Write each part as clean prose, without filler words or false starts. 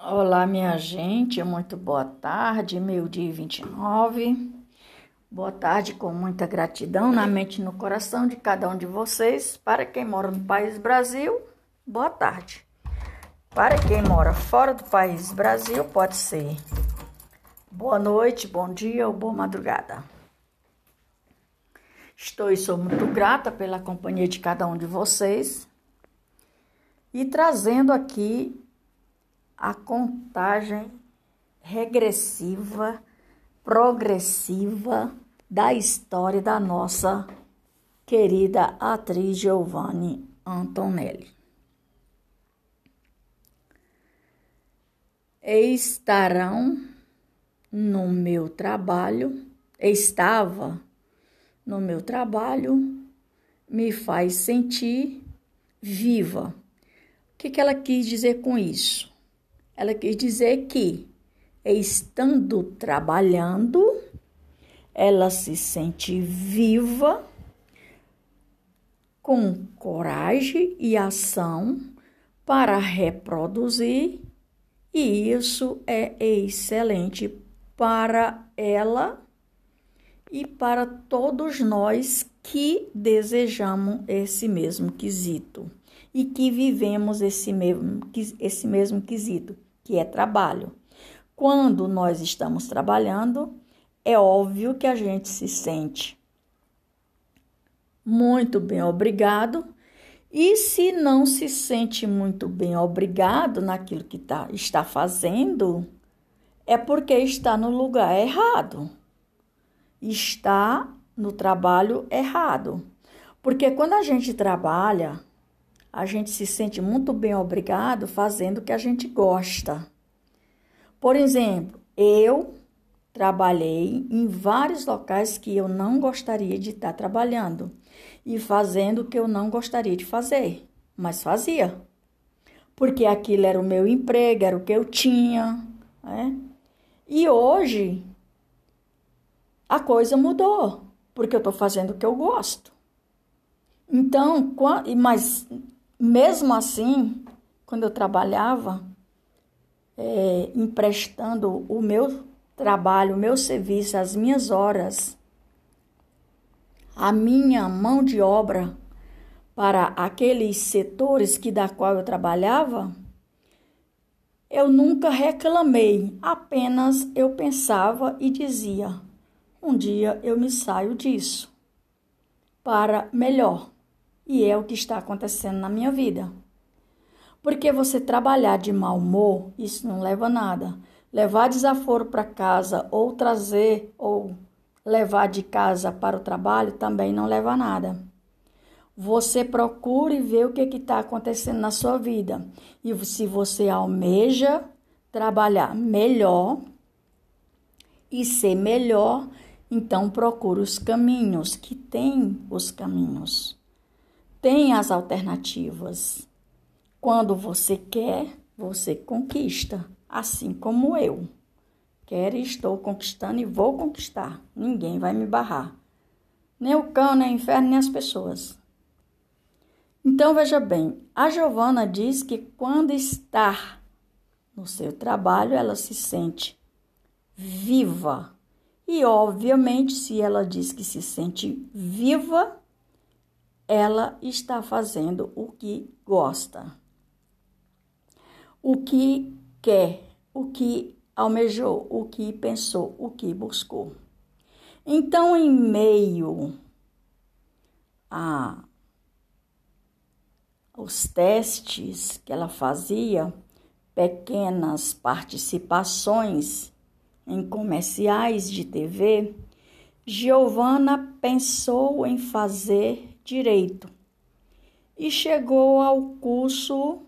Olá, minha gente, muito boa tarde, meio-dia e 29. Boa tarde com muita gratidão na mente e no coração de cada um de vocês. Para quem mora no país Brasil, boa tarde. Para quem mora fora do país Brasil, pode ser boa noite, bom dia ou boa madrugada. Estou e sou muito grata pela companhia de cada um de vocês e trazendo aqui a contagem regressiva, progressiva da história da nossa querida atriz Giovanna Antonelli. Estava no meu trabalho, me faz sentir viva. O que ela quis dizer com isso? Ela quis dizer que, estando trabalhando, ela se sente viva, com coragem e ação para reproduzir, e isso é excelente para ela e para todos nós que desejamos esse mesmo quesito e que vivemos esse mesmo quesito, que é trabalho. Quando nós estamos trabalhando, é óbvio que a gente se sente muito bem obrigado, e se não se sente muito bem obrigado naquilo que está fazendo, é porque está no lugar errado, está no trabalho errado. Porque quando a gente trabalha, a gente se sente muito bem obrigado fazendo o que a gente gosta. Por exemplo, eu trabalhei em vários locais que eu não gostaria de estar trabalhando e fazendo o que eu não gostaria de fazer, mas fazia. Porque aquilo era o meu emprego, era o que eu tinha, né? E hoje a coisa mudou, porque eu estou fazendo o que eu gosto. Então, mas mesmo assim, quando eu trabalhava, emprestando o meu trabalho, o meu serviço, as minhas horas, a minha mão de obra para aqueles setores da qual eu trabalhava, eu nunca reclamei, apenas eu pensava e dizia, um dia eu me saio disso para melhor. E é o que está acontecendo na minha vida. Porque você trabalhar de mau humor, isso não leva a nada. Levar desaforo para casa ou trazer ou levar de casa para o trabalho também não leva a nada. Você procure ver o que está acontecendo na sua vida. E se você almeja trabalhar melhor e ser melhor, então procure os caminhos, que tem os caminhos. Tem as alternativas. Quando você quer, você conquista, assim como eu. Quero e estou conquistando e vou conquistar. Ninguém vai me barrar. Nem o cão, nem o inferno, nem as pessoas. Então, veja bem, a Giovanna diz que quando está no seu trabalho, ela se sente viva. E, obviamente, se ela diz que se sente viva, ela está fazendo o que gosta, o que quer, o que almejou, o que pensou, o que buscou. Então, em meio aos testes que ela fazia, pequenas participações em comerciais de TV, Giovanna pensou em fazer direito e chegou ao curso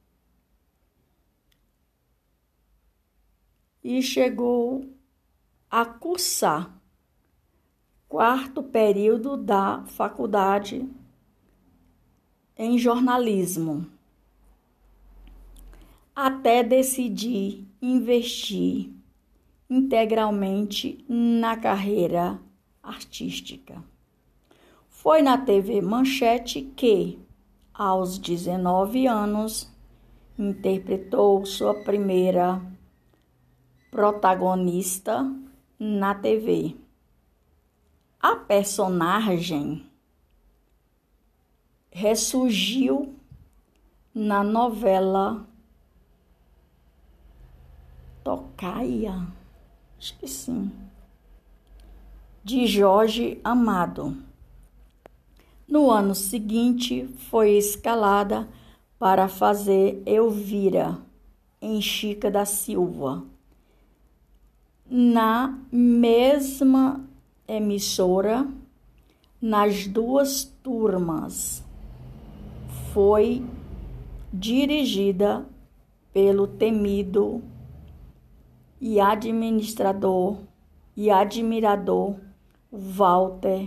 a cursar 4º período da faculdade em jornalismo, até decidir investir integralmente na carreira artística. Foi na TV Manchete que, aos 19 anos, interpretou sua primeira protagonista na TV. A personagem ressurgiu na novela Tocaia, acho que sim, de Jorge Amado. No ano seguinte, foi escalada para fazer Elvira em Chica da Silva. Na mesma emissora, nas duas turmas, foi dirigida pelo temido e administrador e admirador Walter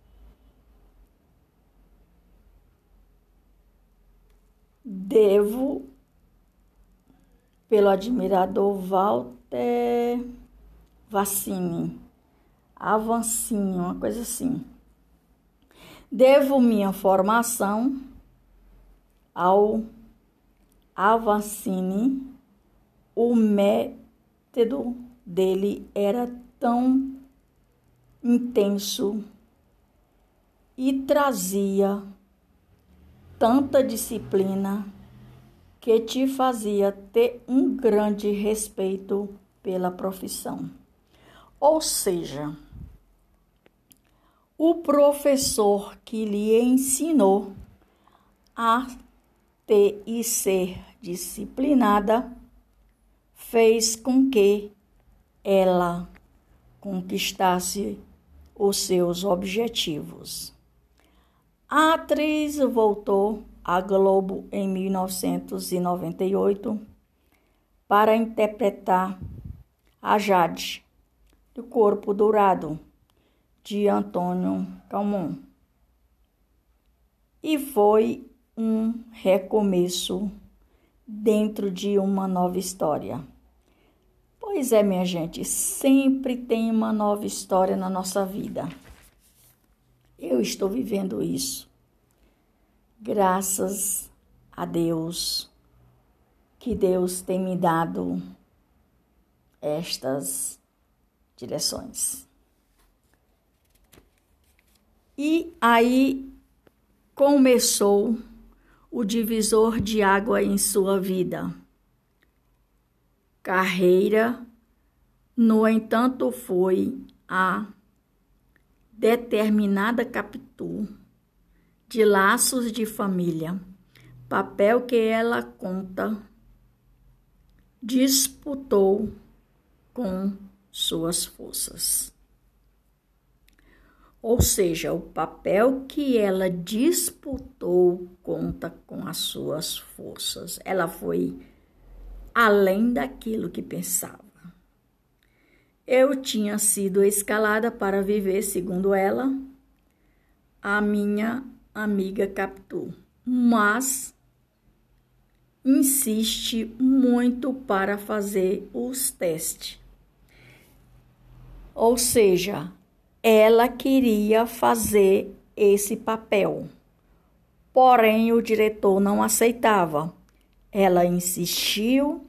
Avancini, uma coisa assim. Devo minha formação ao Avancini. O método dele era tão intenso e trazia tanta disciplina que te fazia ter um grande respeito pela profissão. Ou seja, o professor que lhe ensinou a ter e ser disciplinada fez com que ela conquistasse os seus objetivos. A atriz voltou à Globo em 1998 para interpretar a Jade, do Corpo Dourado, de Antônio Calmon. E foi um recomeço dentro de uma nova história. Pois é, minha gente, sempre tem uma nova história na nossa vida. Eu estou vivendo isso. Graças a Deus, que Deus tem me dado estas direções. E aí começou o divisor de água em sua vida. Carreira, no entanto, foi a determinada Capitu de Laços de Família, papel que ela conta, disputou com suas forças. Ou seja, o papel que ela disputou conta com as suas forças. Ela foi além daquilo que pensava. Eu tinha sido escalada para viver, segundo ela, a minha amiga Capitu, mas insiste muito para fazer os testes. Ou seja, ela queria fazer esse papel, porém o diretor não aceitava. Ela insistiu,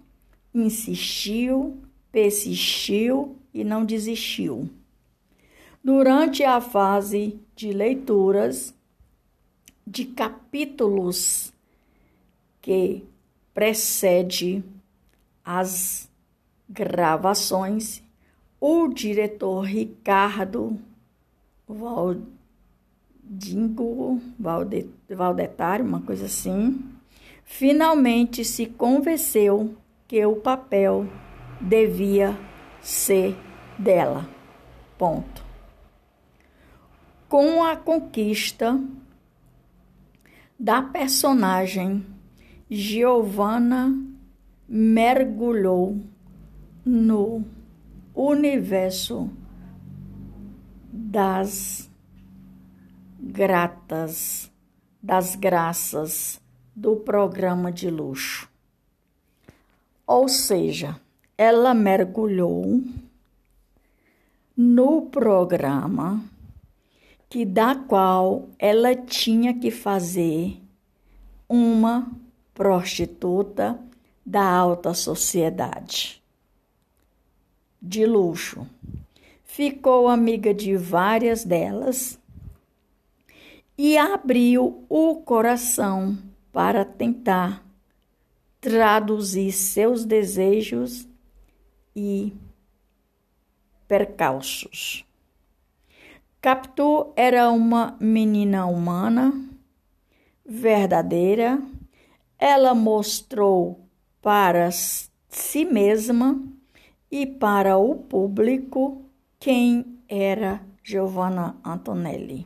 persistiu e não desistiu. Durante a fase de leituras de capítulos que precede as gravações, o diretor Ricardo Valdetário, uma coisa assim, finalmente se convenceu que o papel devia ser dela. Ponto. Com a conquista da personagem, Giovanna mergulhou no universo das graças do programa de luxo. Ou seja, ela mergulhou no programa da qual ela tinha que fazer uma prostituta da alta sociedade de luxo. Ficou amiga de várias delas e abriu o coração para tentar traduzir seus desejos e percalços. Capitu era uma menina humana, verdadeira. Ela mostrou para si mesma e para o público quem era Giovanna Antonelli.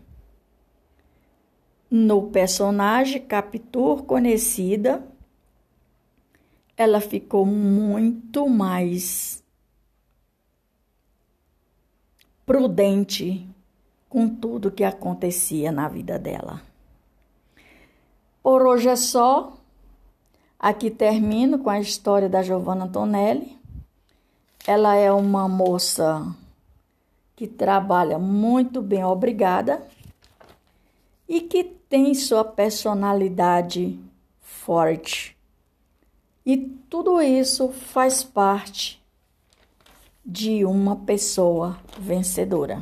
No personagem Capitu conhecida, ela ficou muito mais prudente com tudo que acontecia na vida dela. Por hoje é só. Aqui termino com a história da Giovanna Antonelli. Ela é uma moça que trabalha muito bem, obrigada, e que tem sua personalidade forte. E tudo isso faz parte de uma pessoa vencedora.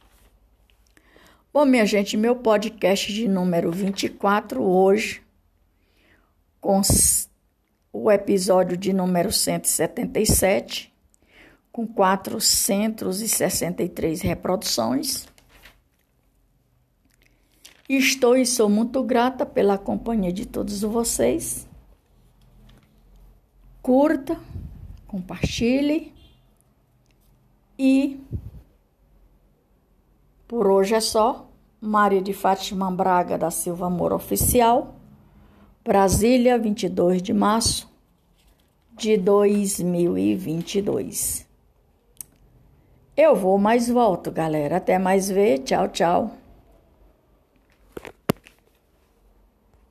Bom, minha gente, meu podcast de número 24 hoje, com o episódio de número 177, com 463 reproduções. Estou e sou muito grata pela companhia de todos vocês. Curta, compartilhe e por hoje é só. Maria de Fátima Braga da Silva Moura Oficial, Brasília, 22 de março de 2022. Eu vou, mas volto, galera. Até mais ver. Tchau, tchau.